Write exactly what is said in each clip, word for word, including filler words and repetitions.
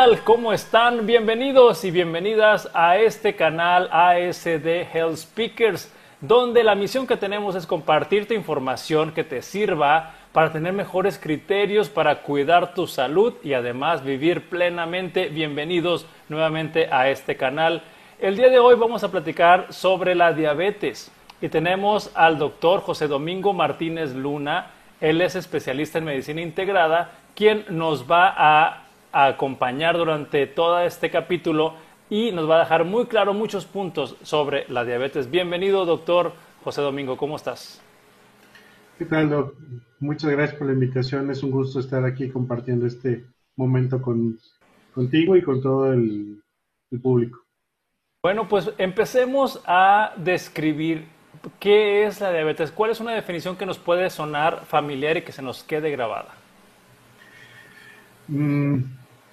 tal? ¿Cómo están? Bienvenidos y bienvenidas a este canal A S D Health Speakers, donde la misión que tenemos es compartirte información que te sirva para tener mejores criterios, para cuidar tu salud y además vivir plenamente. Bienvenidos nuevamente a este canal. El día de hoy vamos a platicar sobre la diabetes y tenemos al doctor José Domingo Martínez Luna. Él es especialista en medicina integrada, quien nos va a, a acompañar durante todo este capítulo y nos va a dejar muy claro muchos puntos sobre la diabetes. Bienvenido, doctor José Domingo, ¿cómo estás? ¿Qué tal, Doc? Muchas gracias por la invitación. Es un gusto estar aquí compartiendo este momento con, contigo y con todo el, el público. Bueno, pues empecemos a describir qué es la diabetes. ¿Cuál es una definición que nos puede sonar familiar y que se nos quede grabada? Mm,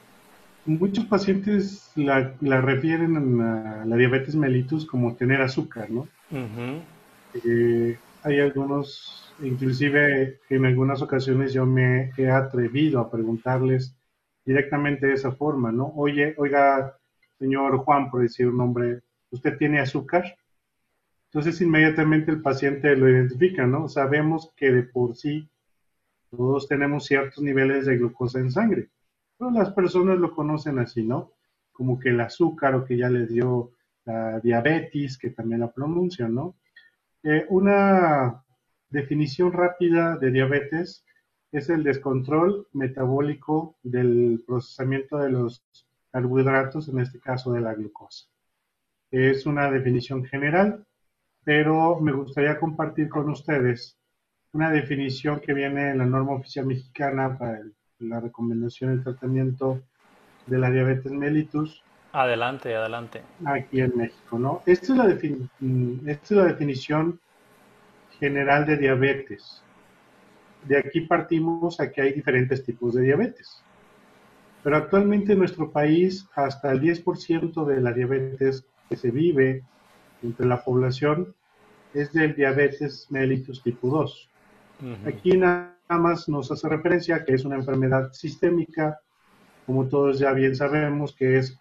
muchos pacientes la, la refieren a la diabetes mellitus como tener azúcar, ¿no? Uh-huh. Eh, hay algunos, inclusive en algunas ocasiones yo me he atrevido a preguntarles directamente de esa forma, ¿no? Oye, oiga, señor Juan, por decir un nombre, ¿usted tiene azúcar? Entonces inmediatamente el paciente lo identifica, ¿no? Sabemos que de por sí todos tenemos ciertos niveles de glucosa en sangre, pero las personas lo conocen así, ¿no? Como que el azúcar o que ya les dio la diabetes, que también la pronuncian, ¿no? Eh, una definición rápida de diabetes es el descontrol metabólico del procesamiento de los carbohidratos, en este caso de la glucosa. Es una definición general, pero me gustaría compartir con ustedes una definición que viene en la norma oficial mexicana para el, la recomendación del tratamiento de la diabetes mellitus Adelante, adelante. aquí en México, ¿no? Esta es la, defin esta es la definición general de diabetes. De aquí partimos a que hay diferentes tipos de diabetes. Pero actualmente en nuestro país hasta el diez por ciento de la diabetes que se vive entre la población es del diabetes mellitus tipo dos. Uh-huh. Aquí nada más nos hace referencia a que es una enfermedad sistémica, como todos ya bien sabemos, que es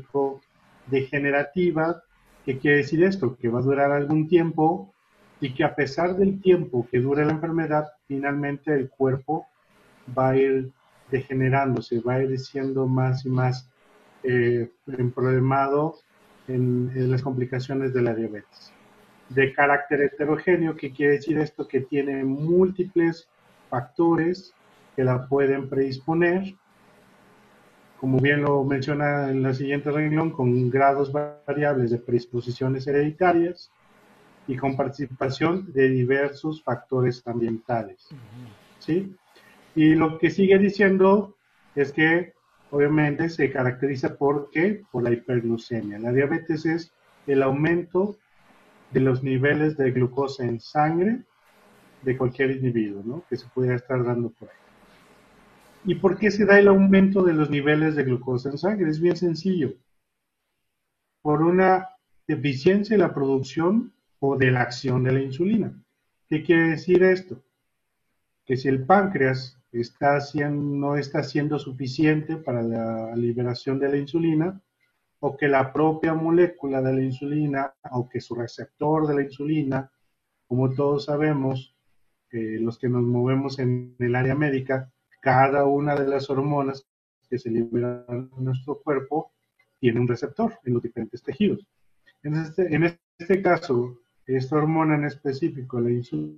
crónico-degenerativa. ¿Qué quiere decir esto? Que va a durar algún tiempo y que a pesar del tiempo que dure la enfermedad, finalmente el cuerpo va a ir degenerándose, va a ir siendo más y más eh, problemado en, en las complicaciones de la diabetes. De carácter heterogéneo, ¿qué quiere decir esto? Que tiene múltiples factores que la pueden predisponer, como bien lo menciona en la siguiente renglón, con grados variables de predisposiciones hereditarias y con participación de diversos factores ambientales, ¿sí? Y lo que sigue diciendo es que obviamente se caracteriza por ¿qué? Por la hiperglucemia. La diabetes es el aumento de los niveles de glucosa en sangre de cualquier individuo, ¿no? Que se pudiera estar dando por ahí. ¿Y por qué se da el aumento de los niveles de glucosa en sangre? Es bien sencillo. Por una deficiencia en la producción o de la acción de la insulina. ¿Qué quiere decir esto? Que si el páncreas está haciendo, no está siendo suficiente para la liberación de la insulina, o que la propia molécula de la insulina, o que su receptor de la insulina, como todos sabemos, eh, los que nos movemos en el área médica, cada una de las hormonas que se liberan en nuestro cuerpo tiene un receptor en los diferentes tejidos. En este, en este caso, esta hormona en específico, la insulina,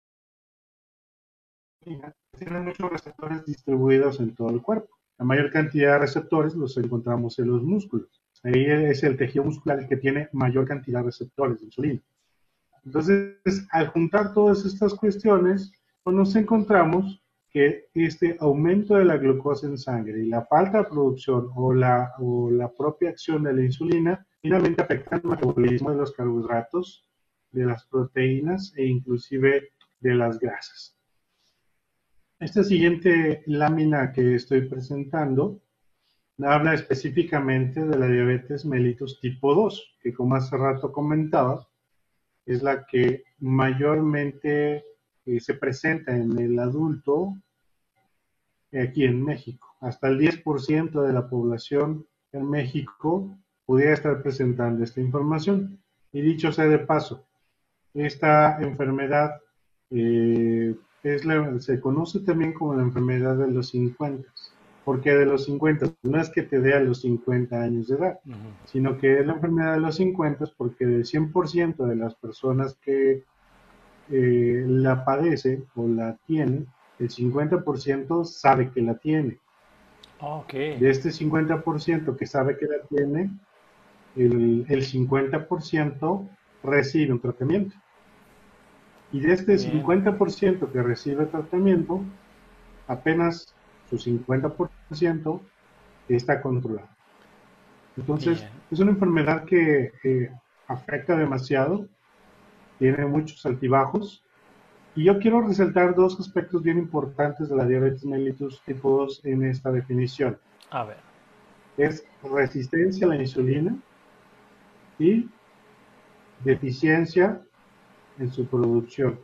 tiene muchos receptores distribuidos en todo el cuerpo. La mayor cantidad de receptores los encontramos en los músculos. Ahí es el tejido muscular el que tiene mayor cantidad de receptores de insulina. Entonces, al juntar todas estas cuestiones, pues nos encontramos que este aumento de la glucosa en sangre y la falta de producción o la, o la propia acción de la insulina finalmente afectan el metabolismo de los carbohidratos, de las proteínas e inclusive de las grasas. Esta siguiente lámina que estoy presentando habla específicamente de la diabetes mellitus tipo dos, que como hace rato comentaba, es la que mayormente eh, se presenta en el adulto aquí en México. Hasta el diez por ciento de la población en México pudiera estar presentando esta información. Y dicho sea de paso, esta enfermedad eh, es la, se conoce también como la enfermedad de los cincuenta, porque de los cincuenta no es que te dé a los cincuenta años de edad, uh-huh. sino que es la enfermedad de los cincuenta porque del cien por ciento de las personas que eh, la padece o la tiene, el cincuenta por ciento sabe que la tiene. Okay. De este cincuenta por ciento que sabe que la tiene, el, el cincuenta por ciento recibe un tratamiento. Y de este Bien. cincuenta por ciento que recibe tratamiento, apenas su cincuenta por ciento está controlado. Entonces, Bien. es una enfermedad que eh, afecta demasiado, tiene muchos altibajos. Y yo quiero resaltar dos aspectos bien importantes de la diabetes mellitus tipo dos en esta definición. A ver. Es resistencia a la insulina y deficiencia en su producción.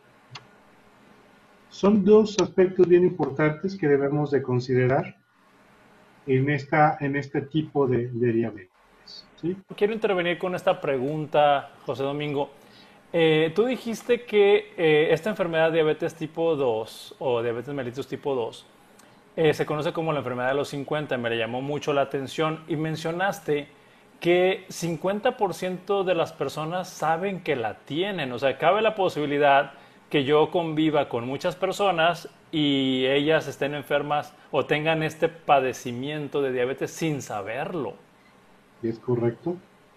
Son dos aspectos bien importantes que debemos de considerar en, esta, en este tipo de, de diabetes. ¿Sí? Quiero intervenir con esta pregunta, José Domingo. Eh, tú dijiste que eh, esta enfermedad diabetes tipo dos o diabetes mellitus tipo dos eh, se conoce como la enfermedad de los cincuenta. Me llamó mucho la atención y mencionaste que cincuenta por ciento de las personas saben que la tienen. O sea, cabe la posibilidad que yo conviva con muchas personas y ellas estén enfermas o tengan este padecimiento de diabetes sin saberlo. ¿Es correcto?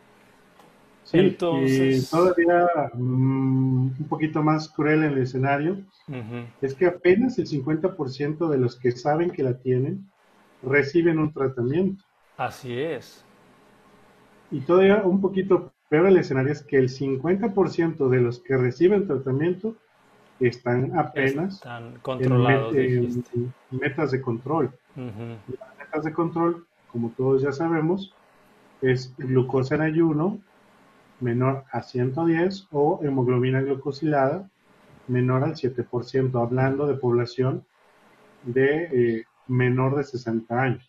Sí, Entonces, y todavía um, un poquito más cruel en el escenario, uh-huh. es que apenas el cincuenta por ciento de los que saben que la tienen reciben un tratamiento. Así es. Y todavía un poquito peor el escenario es que el cincuenta por ciento de los que reciben tratamiento están apenas están controlados, en, met en, en metas de control. Uh-huh. Las metas de control, como todos ya sabemos, es glucosa en ayuno menor a ciento diez o hemoglobina glucosilada menor al siete por ciento, hablando de población de eh, menor de sesenta años.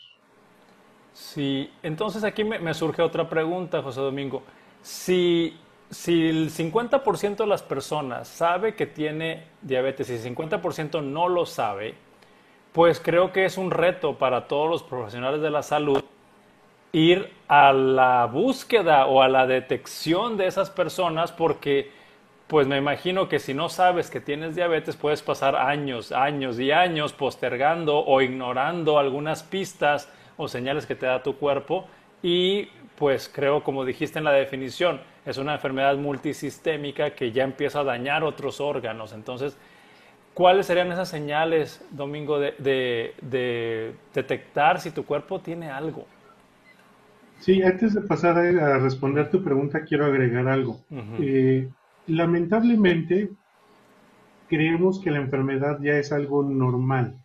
Sí, entonces aquí me, me surge otra pregunta, José Domingo. Si, si el cincuenta por ciento de las personas sabe que tiene diabetes y el cincuenta por ciento no lo sabe, pues creo que es un reto para todos los profesionales de la salud ir a la búsqueda o a la detección de esas personas, porque pues me imagino que si no sabes que tienes diabetes puedes pasar años, años y años postergando o ignorando algunas pistas o señales que te da tu cuerpo y pues creo, como dijiste en la definición, es una enfermedad multisistémica que ya empieza a dañar otros órganos. Entonces, ¿cuáles serían esas señales, Domingo, de, de, de detectar si tu cuerpo tiene algo? Sí, antes de pasar a responder tu pregunta, quiero agregar algo. Uh-huh. eh, lamentablemente, creemos que la enfermedad ya es algo normal.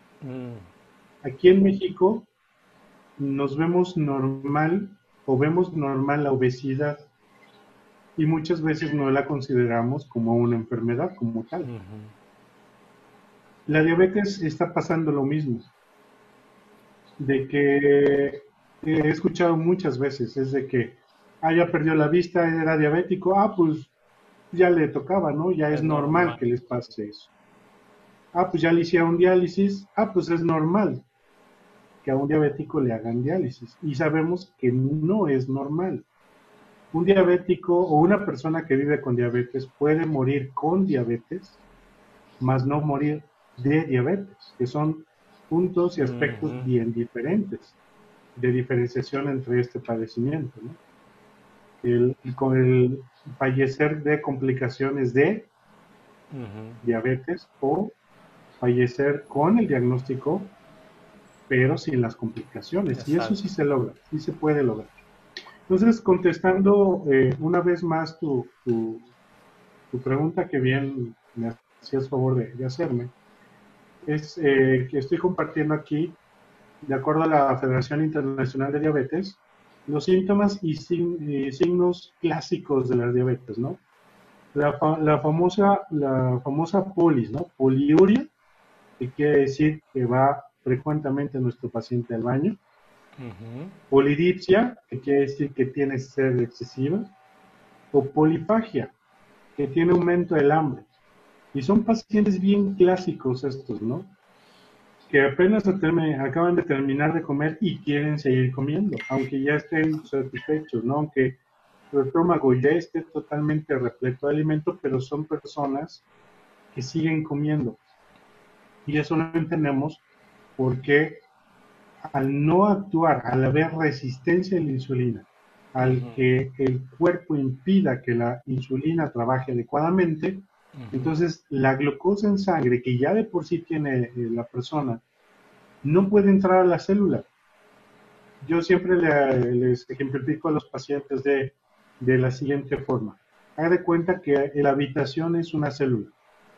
Mm. Aquí en México nos vemos normal o vemos normal la obesidad y muchas veces no la consideramos como una enfermedad como tal. Uh-huh. La diabetes está pasando lo mismo. De que he escuchado muchas veces, es de que, ah, ya perdió la vista, era diabético, ah, pues ya le tocaba, ¿no? Ya es, es normal, normal que les pase eso. Ah, pues ya le hicieron diálisis, ah, pues es normal que a un diabético le hagan diálisis. Y sabemos que no es normal. Un diabético o una persona que vive con diabetes puede morir con diabetes, más no morir de diabetes, que son puntos y aspectos uh-huh. bien diferentes de diferenciación entre este padecimiento, ¿no? El, con el fallecer de complicaciones de uh-huh. diabetes o fallecer con el diagnóstico pero sin las complicaciones. Exacto. Y eso sí se logra, sí se puede lograr. Entonces, contestando eh, una vez más tu, tu, tu pregunta que bien me hacías favor de, de hacerme, es eh, que estoy compartiendo aquí, de acuerdo a la Federación Internacional de Diabetes, los síntomas y, sin, y signos clásicos de la diabetes, ¿no? La, la, famosa, la famosa polis, ¿no? Poliuria, que quiere decir que va frecuentemente nuestro paciente al baño. Ujú. Polidipsia, que quiere decir que tiene sed excesiva. O polifagia, que tiene aumento del hambre. Y son pacientes bien clásicos estos, ¿no? Que apenas acaban de terminar de comer y quieren seguir comiendo, aunque ya estén satisfechos, ¿no? Aunque su estómago ya esté totalmente repleto de alimento, pero son personas que siguen comiendo. Y eso no entendemos porque al no actuar, al haber resistencia a la insulina, al Ujú. que el cuerpo impida que la insulina trabaje adecuadamente, Ujú. entonces la glucosa en sangre, que ya de por sí tiene eh, la persona, no puede entrar a la célula. Yo siempre le, les ejemplifico a los pacientes de, de la siguiente forma. Haga de cuenta que la habitación es una célula.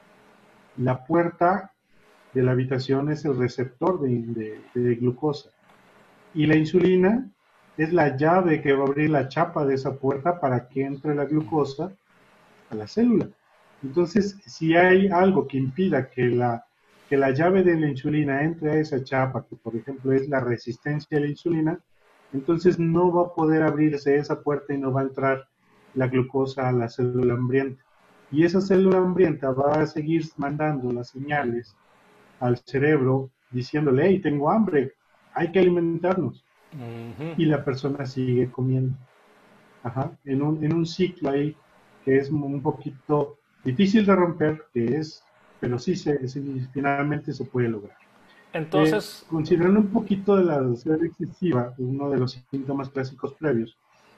La puerta de la habitación es el receptor de, de, de glucosa. Y la insulina es la llave que va a abrir la chapa de esa puerta para que entre la glucosa a la célula. Entonces, si hay algo que impida que la, que la llave de la insulina entre a esa chapa, que por ejemplo es la resistencia a la insulina, entonces no va a poder abrirse esa puerta y no va a entrar la glucosa a la célula hambrienta. Y esa célula hambrienta va a seguir mandando las señales al cerebro diciéndole, hey, tengo hambre, hay que alimentarnos. Ujú. Y la persona sigue comiendo. Ajá, en un, en un ciclo ahí que es un poquito difícil de romper, que es, pero sí, se, sí, finalmente se puede lograr. Eh, Entonces, considerando un poquito de la ansiedad excesiva, uno de los síntomas clásicos previos,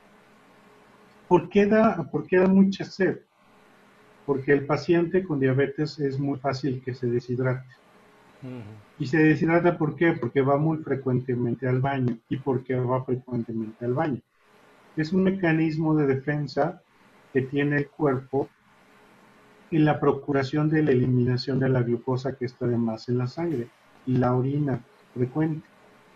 ¿por qué da, por qué da mucha sed? Porque el paciente con diabetes es muy fácil que se deshidrate. ujú. Y se deshidrata, ¿por qué? Porque va muy frecuentemente al baño. ¿Y por qué va frecuentemente al baño? Es un mecanismo de defensa que tiene el cuerpo en la procuración de la eliminación de la glucosa que está de más en la sangre y la orina frecuente.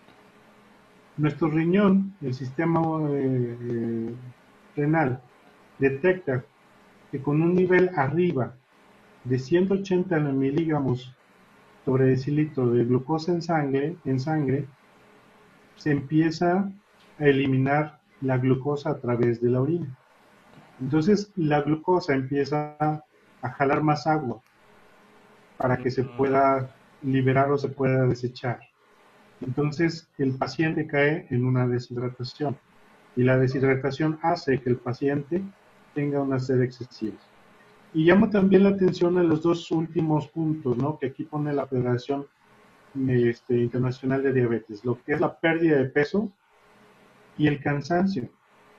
Nuestro riñón, el sistema eh, eh, renal, detecta que con un nivel arriba de ciento ochenta miligramos sobre decilitro de glucosa en sangre, en sangre, se empieza a eliminar la glucosa a través de la orina. Entonces la glucosa empieza a jalar más agua para que se pueda liberar o se pueda desechar. Entonces el paciente cae en una deshidratación y la deshidratación hace que el paciente tenga una sed excesiva. Y llamo también la atención a los dos últimos puntos, ¿no? Que aquí pone la Federación este, Internacional de Diabetes, lo que es la pérdida de peso y el cansancio.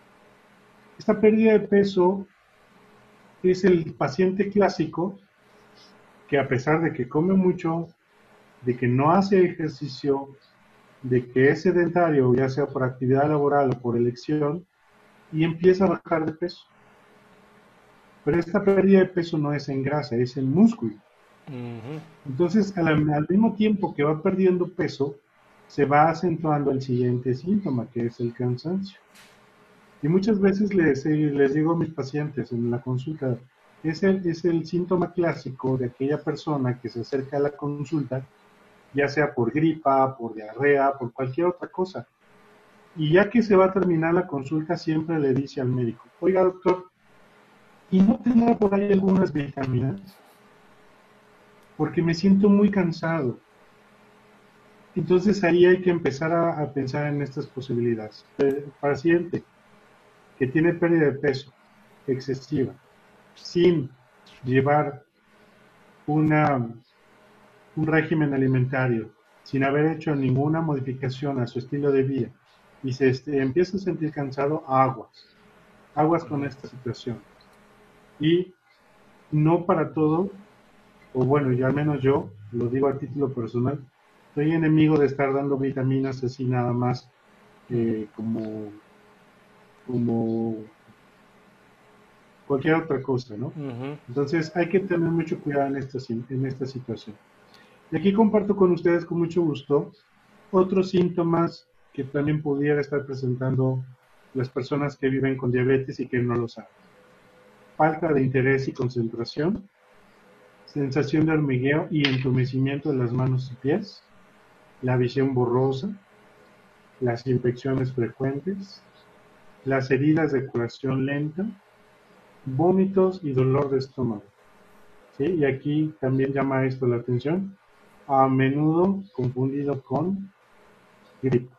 Esta pérdida de peso es el paciente clásico que a pesar de que come mucho, de que no hace ejercicio, de que es sedentario, ya sea por actividad laboral o por elección, y empieza a bajar de peso. Pero esta pérdida de peso no es en grasa, es en músculo. Ujú. Entonces, al, al mismo tiempo que va perdiendo peso, se va acentuando el siguiente síntoma, que es el cansancio. Y muchas veces les, les digo a mis pacientes en la consulta, es el, es el síntoma clásico de aquella persona que se acerca a la consulta, ya sea por gripa, por diarrea, por cualquier otra cosa. Y ya que se va a terminar la consulta, siempre le dice al médico, oiga doctor, ¿y no tendrá por ahí algunas vitaminas? Porque me siento muy cansado. Entonces ahí hay que empezar a, a pensar en estas posibilidades. El paciente que tiene pérdida de peso excesiva, sin llevar una, un régimen alimentario, sin haber hecho ninguna modificación a su estilo de vida, y se este, empieza a sentir cansado, aguas, aguas con esta situación. Y no para todo, o bueno, yo al menos yo, lo digo a título personal, soy enemigo de estar dando vitaminas así nada más eh, como, como cualquier otra cosa, ¿no? Ujú. Entonces hay que tener mucho cuidado en esta, en esta situación. Y aquí comparto con ustedes con mucho gusto otros síntomas que también pudiera estar presentando las personas que viven con diabetes y que no lo saben. Falta de interés y concentración, sensación de hormigueo y entumecimiento de las manos y pies, la visión borrosa, las infecciones frecuentes, las heridas de curación lenta, vómitos y dolor de estómago. ¿Sí? Y aquí también llama esto la atención, a menudo confundido con gripe.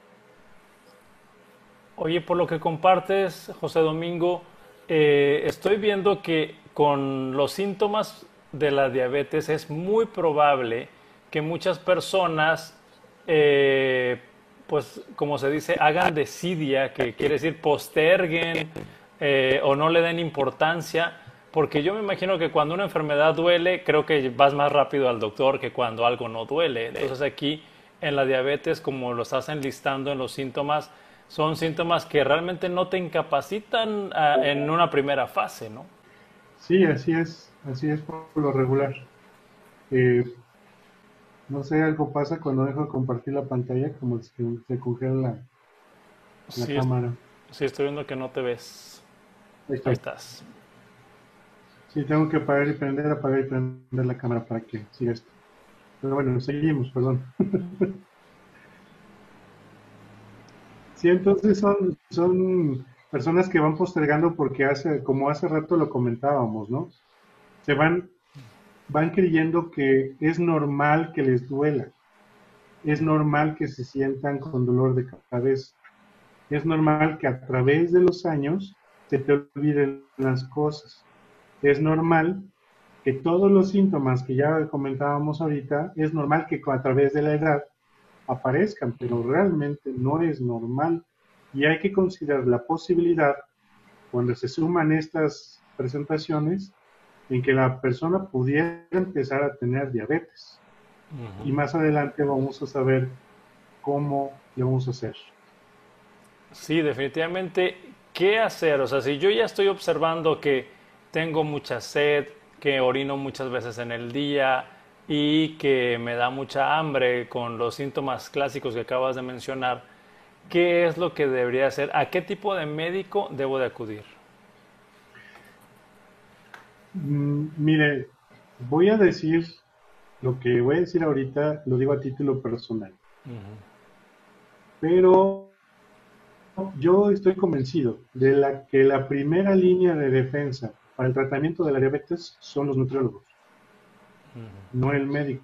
Oye, por lo que compartes, José Domingo, eh, estoy viendo que con los síntomas de la diabetes es muy probable que muchas personas, eh, pues como se dice, hagan desidia, que quiere decir posterguen eh, o no le den importancia, porque yo me imagino que cuando una enfermedad duele, creo que vas más rápido al doctor que cuando algo no duele. Entonces aquí en la diabetes, como lo estás enlistando en los síntomas, son síntomas que realmente no te incapacitan ah, en una primera fase, ¿no? Sí, así es, así es por lo regular. Eh, no sé, algo pasa cuando dejo de compartir la pantalla, como que se congela la, la Sí, es- cámara. sí, estoy viendo que no te ves. Ahí Ahí estoy. estás. Sí, tengo que apagar y prender, apagar y prender la cámara para que siga esto. Pero bueno, seguimos, perdón. Sí, entonces son, son personas que van postergando porque hace, como hace rato lo comentábamos, ¿no? Se van, van creyendo que es normal que les duela, es normal que se sientan con dolor de cabeza, es normal que a través de los años se te olviden las cosas, es normal que todos los síntomas que ya comentábamos ahorita, es normal que a través de la edad aparezcan, pero realmente no es normal. Y hay que considerar la posibilidad, cuando se suman estas presentaciones, en que la persona pudiera empezar a tener diabetes. Y más adelante vamos a saber cómo le vamos a hacer. Sí, definitivamente, ¿qué hacer? O sea, si yo ya estoy observando que tengo mucha sed, que orino muchas veces en el día y que me da mucha hambre con los síntomas clásicos que acabas de mencionar, ¿qué es lo que debería hacer? ¿A qué tipo de médico debo de acudir? Mm, mire, voy a decir lo que voy a decir ahorita, lo digo a título personal, pero yo estoy convencido de la, que la primera línea de defensa para el tratamiento de la diabetes son los nutriólogos, no el médico.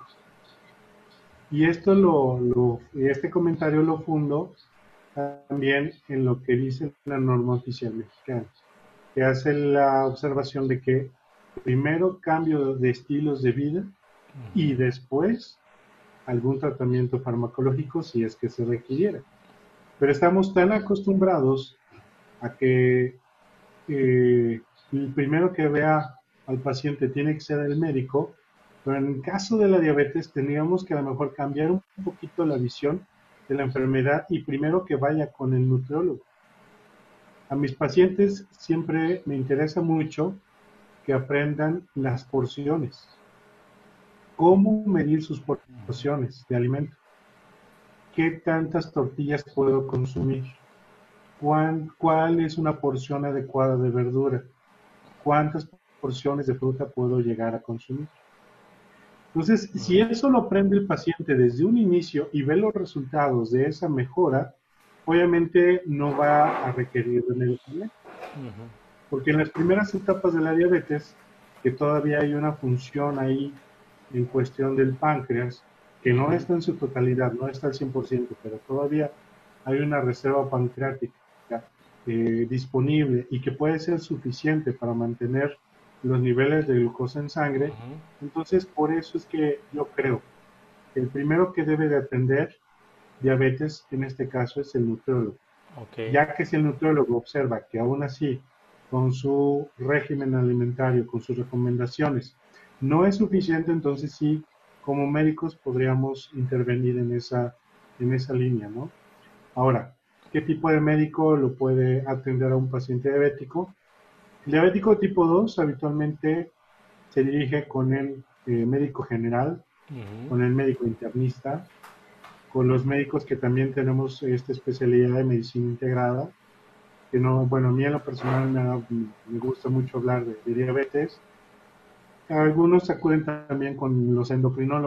Y esto lo, lo, este comentario lo fundo también en lo que dice la norma oficial mexicana, que hace la observación de que primero cambio de estilos de vida y después algún tratamiento farmacológico si es que se requiriera. Pero estamos tan acostumbrados a que eh, el primero que vea al paciente tiene que ser el médico, pero en el caso de la diabetes tendríamos que a lo mejor cambiar un poquito la visión de la enfermedad y primero que vaya con el nutriólogo. A mis pacientes siempre me interesa mucho que aprendan las porciones, cómo medir sus porciones de alimento, qué tantas tortillas puedo consumir, cuál, cuál es una porción adecuada de verdura, cuántas porciones de fruta puedo llegar a consumir. Entonces, si eso lo aprende el paciente desde un inicio y ve los resultados de esa mejora, obviamente no va a requerir de medicamento. Porque en las primeras etapas de la diabetes, que todavía hay una función ahí en cuestión del páncreas, que no está en su totalidad, no está al cien por ciento, pero todavía hay una reserva pancreática eh, disponible y que puede ser suficiente para mantener los niveles de glucosa en sangre. Entonces, por eso es que yo creo que el primero que debe de atender diabetes en este caso es el nutriólogo, Ok. ya que si el nutriólogo observa que aún así con su régimen alimentario, con sus recomendaciones, no es suficiente, entonces sí, como médicos podríamos intervenir en esa, en esa línea, ¿no? Ahora, ¿qué tipo de médico lo puede atender a un paciente diabético? El diabético tipo dos habitualmente se dirige con el eh, médico general, con el médico internista, con los médicos que también tenemos esta especialidad de medicina integrada, que no, bueno, a mí en lo personal me, me gusta mucho hablar de, de diabetes. Algunos acuden también con los endocrinólogos,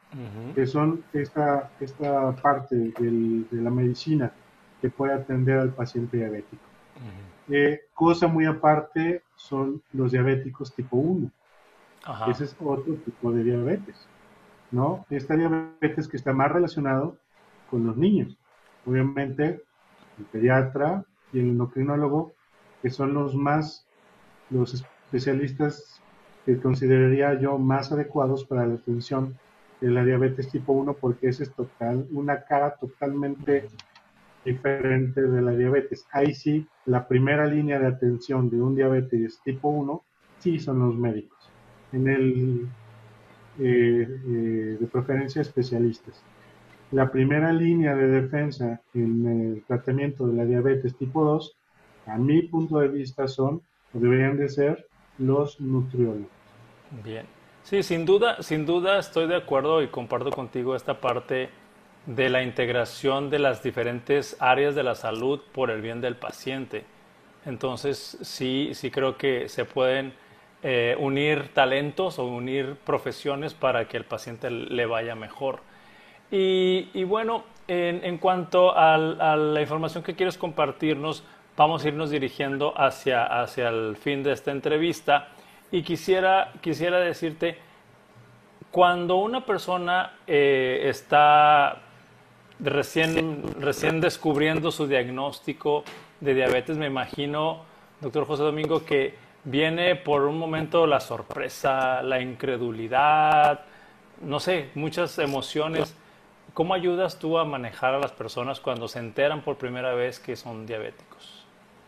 Ujú. que son esta, esta parte del, de la medicina que puede atender al paciente diabético. Eh, cosa muy aparte son los diabéticos tipo uno. Ajá. Ese es otro tipo de diabetes, ¿no? Esta diabetes que está más relacionado con los niños. Obviamente, el pediatra y el endocrinólogo, que son los más, los especialistas que consideraría yo más adecuados para la atención de la diabetes tipo uno, porque esa es total, una cara totalmente diferente de la diabetes. Ahí sí, la primera línea de atención de un diabetes tipo uno, sí son los médicos. En el, eh, eh, de preferencia especialistas. La primera línea de defensa en el tratamiento de la diabetes tipo dos, a mi punto de vista, son o deberían de ser los nutriólogos. Bien. Sí, sin duda, sin duda estoy de acuerdo y comparto contigo esta parte de la integración de las diferentes áreas de la salud por el bien del paciente. Entonces, sí, sí creo que se pueden eh, unir talentos o unir profesiones para que el paciente le vaya mejor. Y, y bueno, en, en cuanto al- a la información que quieres compartirnos, vamos a irnos dirigiendo hacia, hacia el fin de esta entrevista. Y quisiera, quisiera decirte, cuando una persona eh, está recién, recién descubriendo su diagnóstico de diabetes, me imagino, doctor José Domingo, que viene por un momento la sorpresa, la incredulidad, no sé, muchas emociones. ¿Cómo ayudas tú a manejar a las personas cuando se enteran por primera vez que son diabéticos?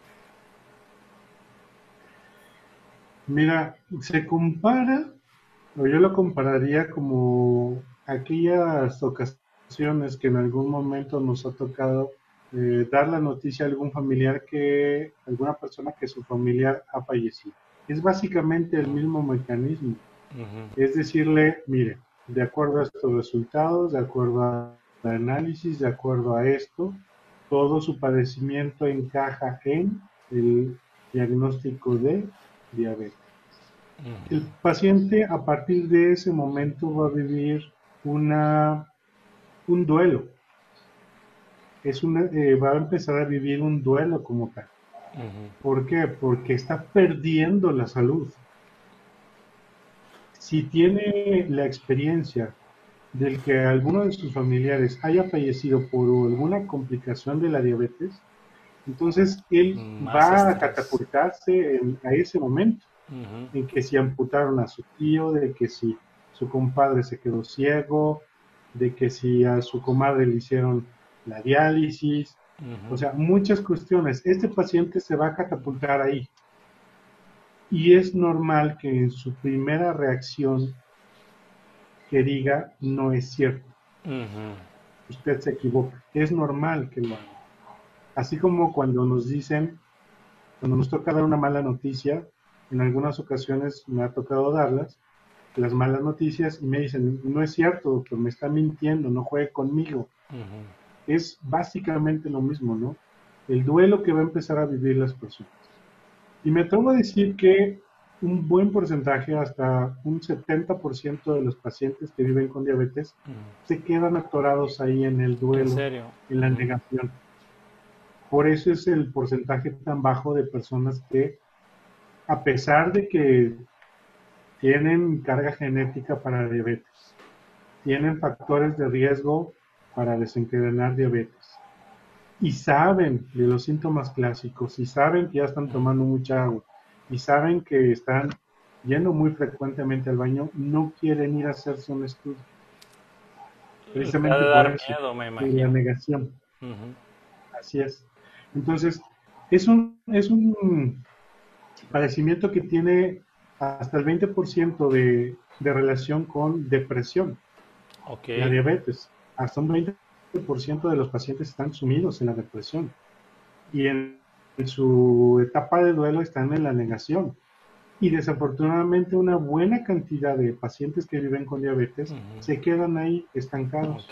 Mira, se compara, o yo lo compararía como aquellas ocasiones que en algún momento nos ha tocado eh, dar la noticia a algún familiar que, alguna persona que su familiar ha fallecido. Es básicamente el mismo mecanismo. Es decirle, mire, de acuerdo a estos resultados, de acuerdo al análisis, de acuerdo a esto, todo su padecimiento encaja en el diagnóstico de diabetes. El paciente a partir de ese momento va a vivir una, un duelo. Es una, eh, va a empezar a vivir un duelo como tal. ¿Por qué? Porque está perdiendo la salud. Si tiene la experiencia del que alguno de sus familiares haya fallecido por alguna complicación de la diabetes, entonces él Más va a estrés. catapultarse en- a ese momento en que si amputaron a su tío, de que si su compadre se quedó ciego, de que si a su comadre le hicieron la diálisis, o sea, muchas cuestiones. Este paciente se va a catapultar ahí y es normal que en su primera reacción que diga no es cierto, usted se equivoca, es normal que lo haga. Así como cuando nos dicen, cuando nos toca dar una mala noticia, en algunas ocasiones me ha tocado darlas, las malas noticias y me dicen, no es cierto, doctor, me está mintiendo, no juegue conmigo. Es básicamente lo mismo, ¿no? El duelo que va a empezar a vivir las personas. Y me atrevo a decir que un buen porcentaje, hasta un setenta por ciento de los pacientes que viven con diabetes, se quedan atorados ahí en el ¿En duelo, serio? en la negación. Por eso es el porcentaje tan bajo de personas que, a pesar de que tienen carga genética para diabetes, tienen factores de riesgo para desencadenar diabetes y saben de los síntomas clásicos y saben que ya están tomando mucha agua y saben que están yendo muy frecuentemente al baño, no quieren ir a hacerse un estudio, Le ha precisamente de por dar eso, miedo, me por la imagino. negación. Así es. Entonces, es un, es un padecimiento que tiene hasta el veinte por ciento de, de relación con depresión, Ok. la diabetes. Hasta un veinte por ciento de los pacientes están sumidos en la depresión y en, en su etapa de duelo están en la negación. Y desafortunadamente una buena cantidad de pacientes que viven con diabetes se quedan ahí Ok. estancados.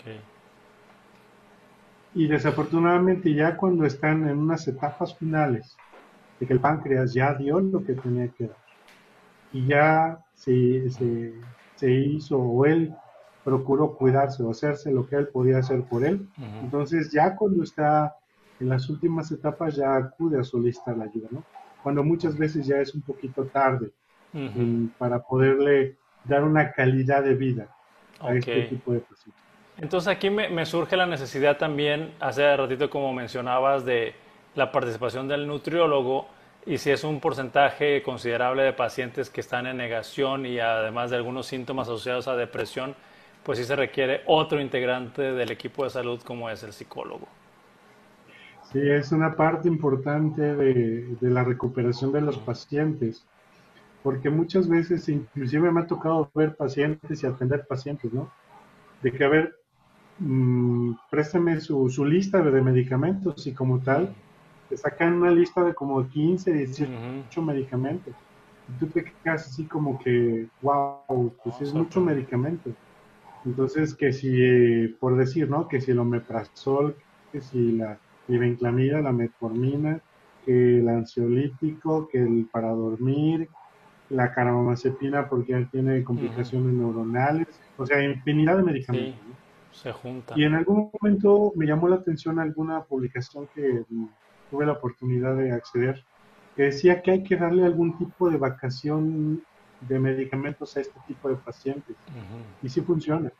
Y desafortunadamente ya cuando están en unas etapas finales de que el páncreas ya dio lo que tenía que dar y ya se, se, se hizo o él procuró cuidarse o hacerse lo que él podía hacer por él. Ujú. Entonces ya cuando está en las últimas etapas ya acude a solicitar la ayuda, ¿no? Cuando muchas veces ya es un poquito tarde Ujú. en- para poderle dar una calidad de vida a Ok. este tipo de pacientes. Entonces aquí me, me surge la necesidad también, hace ratito como mencionabas, de la participación del nutriólogo y si es un porcentaje considerable de pacientes que están en negación y además de algunos síntomas asociados a depresión, pues sí se requiere otro integrante del equipo de salud como es el psicólogo. Sí, es una parte importante de, de la recuperación de los Ujú. pacientes, porque muchas veces, inclusive me ha tocado ver pacientes y atender pacientes, ¿no? De que, a ver, mmm, préstame su, su lista de medicamentos y como tal, te sacan una lista de como quince, Ujú. dieciocho medicamentos. Y tú te quedas así como que, wow, pues Oh, es mucho sorprendente. medicamento. Entonces, que si, eh, por decir, ¿no? Que si el omeprazol, que si la glibenclamida, la metformina, que el ansiolítico, que el para dormir, la carbamazepina porque ya tiene Ujú. complicaciones neuronales, o sea, infinidad de Sí, medicamentos, ¿no? se juntan. Y en algún momento me llamó la atención alguna publicación que mm, tuve la oportunidad de acceder, que decía que hay que darle algún tipo de vacación de medicamentos a este tipo de pacientes. Ujú. Y sí funciona.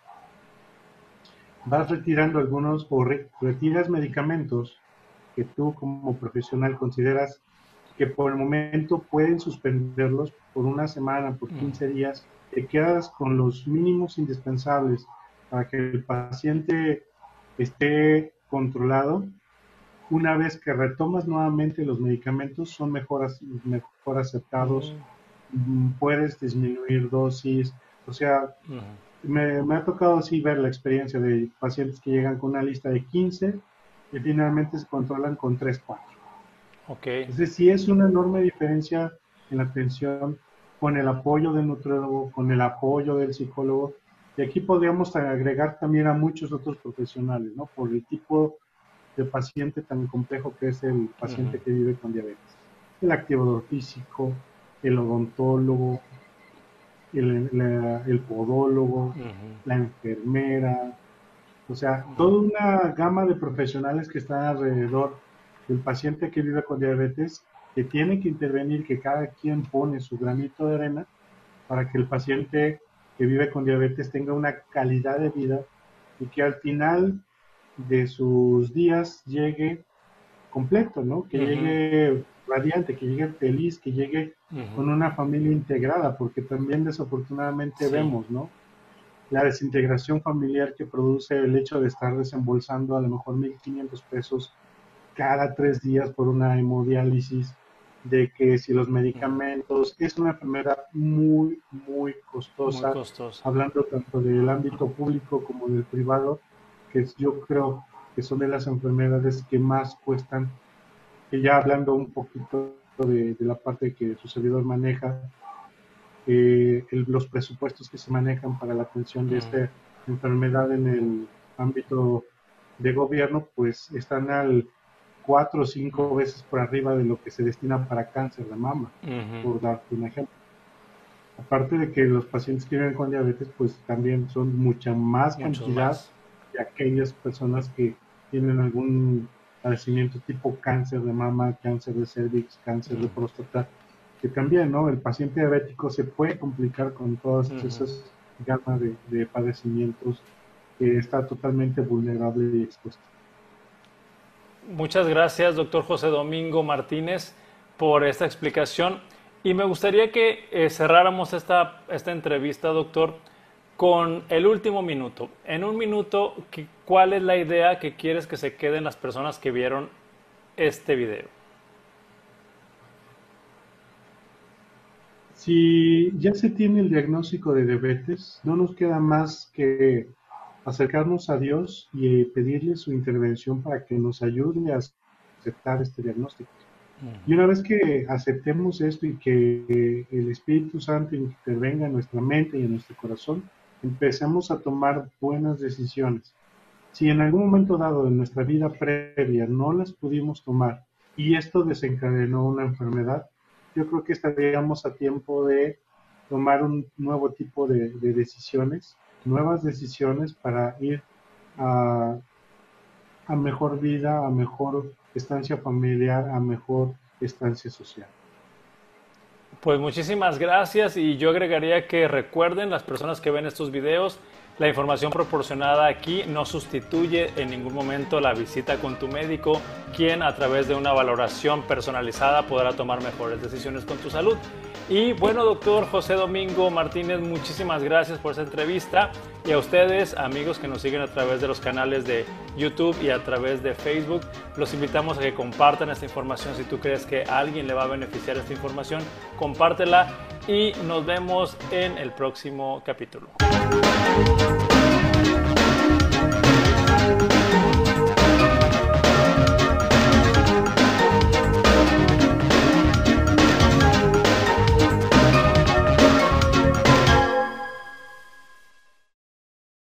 Vas retirando algunos o re- retiras medicamentos que tú como profesional consideras que por el momento pueden suspenderlos por una semana, por Ujú. quince días, te quedas con los mínimos indispensables para que el paciente esté controlado. Una vez que retomas nuevamente los medicamentos, son mejor, mejor aceptados, Mm. puedes disminuir dosis, o sea, Ujú. me, me ha tocado así ver la experiencia de pacientes que llegan con una lista de quince y finalmente se controlan con tres cuatro. Ok. Entonces, sí es una enorme diferencia en la atención con el apoyo del nutriólogo, con el apoyo del psicólogo. Y aquí podríamos agregar también a muchos otros profesionales, ¿no? Por el tipo de paciente tan complejo que es el Ujú. paciente que vive con diabetes. El activador físico, el odontólogo, el, la- el podólogo, Ujú. la enfermera, o sea, Ujú. toda una gama de profesionales que están alrededor del paciente que vive con diabetes, que tiene que intervenir, que cada quien pone su granito de arena para que el paciente que vive con diabetes tenga una calidad de vida y que al final de sus días llegue completo, ¿no? Que Ujú. llegue radiante, que llegue feliz, que llegue Ujú. con una familia integrada, porque también desafortunadamente Sí. vemos, ¿no? La desintegración familiar que produce el hecho de estar desembolsando a lo mejor mil quinientos pesos cada tres días por una hemodiálisis, de que si los Ujú. medicamentos, es una enfermedad muy, muy Muy costosa, costoso. hablando tanto del ámbito público como del privado, que yo creo que son de las enfermedades que más cuestan, que ya hablando un poquito de, de la parte que su servidor maneja, eh, el, los presupuestos que se manejan para la atención de Ujú. esta enfermedad en el ámbito de gobierno, pues están al cuatro o cinco veces por arriba de lo que se destina para cáncer de mama, Ujú. por darte un ejemplo. Aparte de que los pacientes que viven con diabetes, pues también son mucha más Muchos cantidad más. de aquellas personas que tienen algún padecimiento tipo cáncer de mama, cáncer de cervix, cáncer de próstata, que también, ¿no? El paciente diabético se puede complicar con todas Ujú. esas gamas de, de padecimientos que está totalmente vulnerable y expuesto. Muchas gracias, doctor José Domingo Martínez, por esta explicación. Y me gustaría que eh, cerráramos esta, esta entrevista, doctor, con el último minuto. En un minuto, ¿qué- ¿cuál es la idea que quieres que se queden las personas que vieron este video? Si ya se tiene el diagnóstico de diabetes, no nos queda más que acercarnos a Dios y pedirle su intervención para que nos ayude a aceptar este diagnóstico. Y una vez que aceptemos esto y que el Espíritu Santo intervenga en nuestra mente y en nuestro corazón, empecemos a tomar buenas decisiones. Si en algún momento dado de nuestra vida previa no las pudimos tomar y esto desencadenó una enfermedad, yo creo que estaríamos a tiempo de tomar un nuevo tipo de, de decisiones nuevas decisiones para ir a, a mejor vida, a mejor estancia familiar, a mejor estancia social. Pues muchísimas gracias y yo agregaría que recuerden las personas que ven estos videos, la información proporcionada aquí no sustituye en ningún momento la visita con tu médico, quien a través de una valoración personalizada podrá tomar mejores decisiones con tu salud. Y bueno, doctor José Domingo Martínez, muchísimas gracias por esta entrevista y a ustedes, amigos que nos siguen a través de los canales de YouTube y a través de Facebook, los invitamos a que compartan esta información. Si tú crees que a alguien le va a beneficiar esta información, compártela y nos vemos en el próximo capítulo.